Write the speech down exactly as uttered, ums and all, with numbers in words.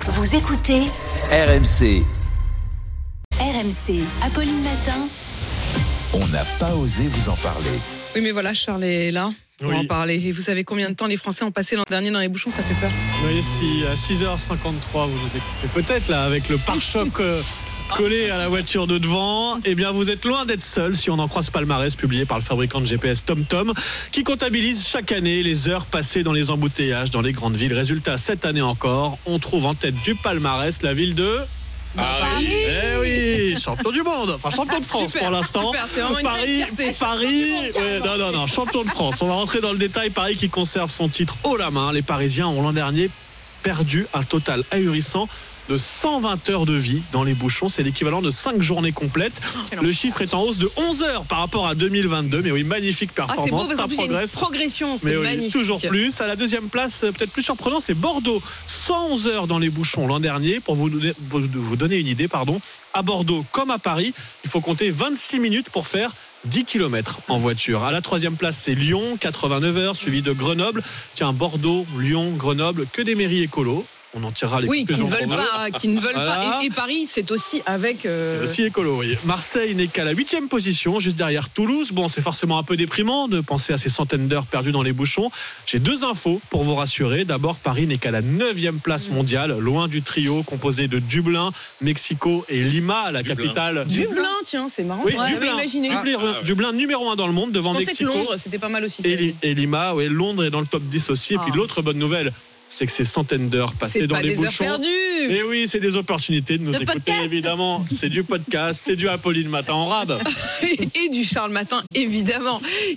Vous écoutez R M C. R M C, Apolline Matin. On n'a pas osé vous en parler. Oui, mais voilà, Charles est là pour Oui. en parler. Et vous savez combien de temps les Français ont passé l'an dernier dans les bouchons? Ça fait peur. Oui, si à six heures cinquante-trois vous nous écoutez, peut-être là avec le pare-choc euh, collé à la voiture de devant, eh bien vous êtes loin d'être seul si on en croise palmarès publié par le fabricant de G P S TomTom qui comptabilise chaque année les heures passées dans les embouteillages dans les grandes villes. Résultat, cette année encore, on trouve en tête du palmarès la ville de... Paris. Eh oui, champion du monde, enfin champion de France Super, pour l'instant. super, c'est vraiment une Paris, belle fierté. Paris, ouais, non, non, non, champion de France. On va rentrer dans le détail. Paris qui conserve son titre haut la main. Les Parisiens ont l'an dernier perdu un total ahurissant de cent vingt heures de vie dans les bouchons. C'est l'équivalent de cinq journées complètes. Le chiffre est en hausse de onze heures par rapport à deux mille vingt-deux. Mais oui, magnifique Ah, c'est performance. beau parce ça qu'en plus, il y a une progresse. progression. C'est Mais oui, magnifique. toujours plus. À la deuxième place, peut-être plus surprenant, c'est Bordeaux. cent onze heures dans les bouchons l'an dernier. Pour vous donner, vous donner une idée, pardon, à Bordeaux comme à Paris, il faut compter vingt-six minutes pour faire dix kilomètres en voiture. À la troisième place, c'est Lyon, quatre-vingt-neuf heures, suivi de Grenoble. Tiens, Bordeaux, Lyon, Grenoble, que des mairies écolos. On en tirera les Oui, qui ne conclusions veulent qu'on veut. pas. Qui ne veulent Voilà. pas. Et, et Paris, c'est aussi avec. euh, C'est aussi écolo, oui. Marseille n'est qu'à la huitième position, juste derrière Toulouse. Bon, c'est forcément un peu déprimant de penser à ces centaines d'heures perdues dans les bouchons. J'ai deux infos pour vous rassurer. D'abord, Paris n'est qu'à la neuvième place mondiale, loin du trio composé de Dublin, Mexico et Lima, la Dublin. capitale. Dublin, tiens, c'est marrant. Oui, Ouais, Dublin. j'avais imaginé. Dublin, Ah, ah. Dublin numéro un dans le monde, devant Je pensais que Mexico. Londres, c'était pas mal aussi. Et, ça. Li- et Lima, ouais, Londres est dans le top dix aussi. Et puis Ah. l'autre bonne nouvelle, c'est que ces centaines d'heures passées C'est dans pas les des heures bouchons. perdues. Et oui, c'est des opportunités de nous De écouter, podcast. évidemment. C'est du podcast, c'est du Apolline Matin en rab. Et du Charles Matin, évidemment.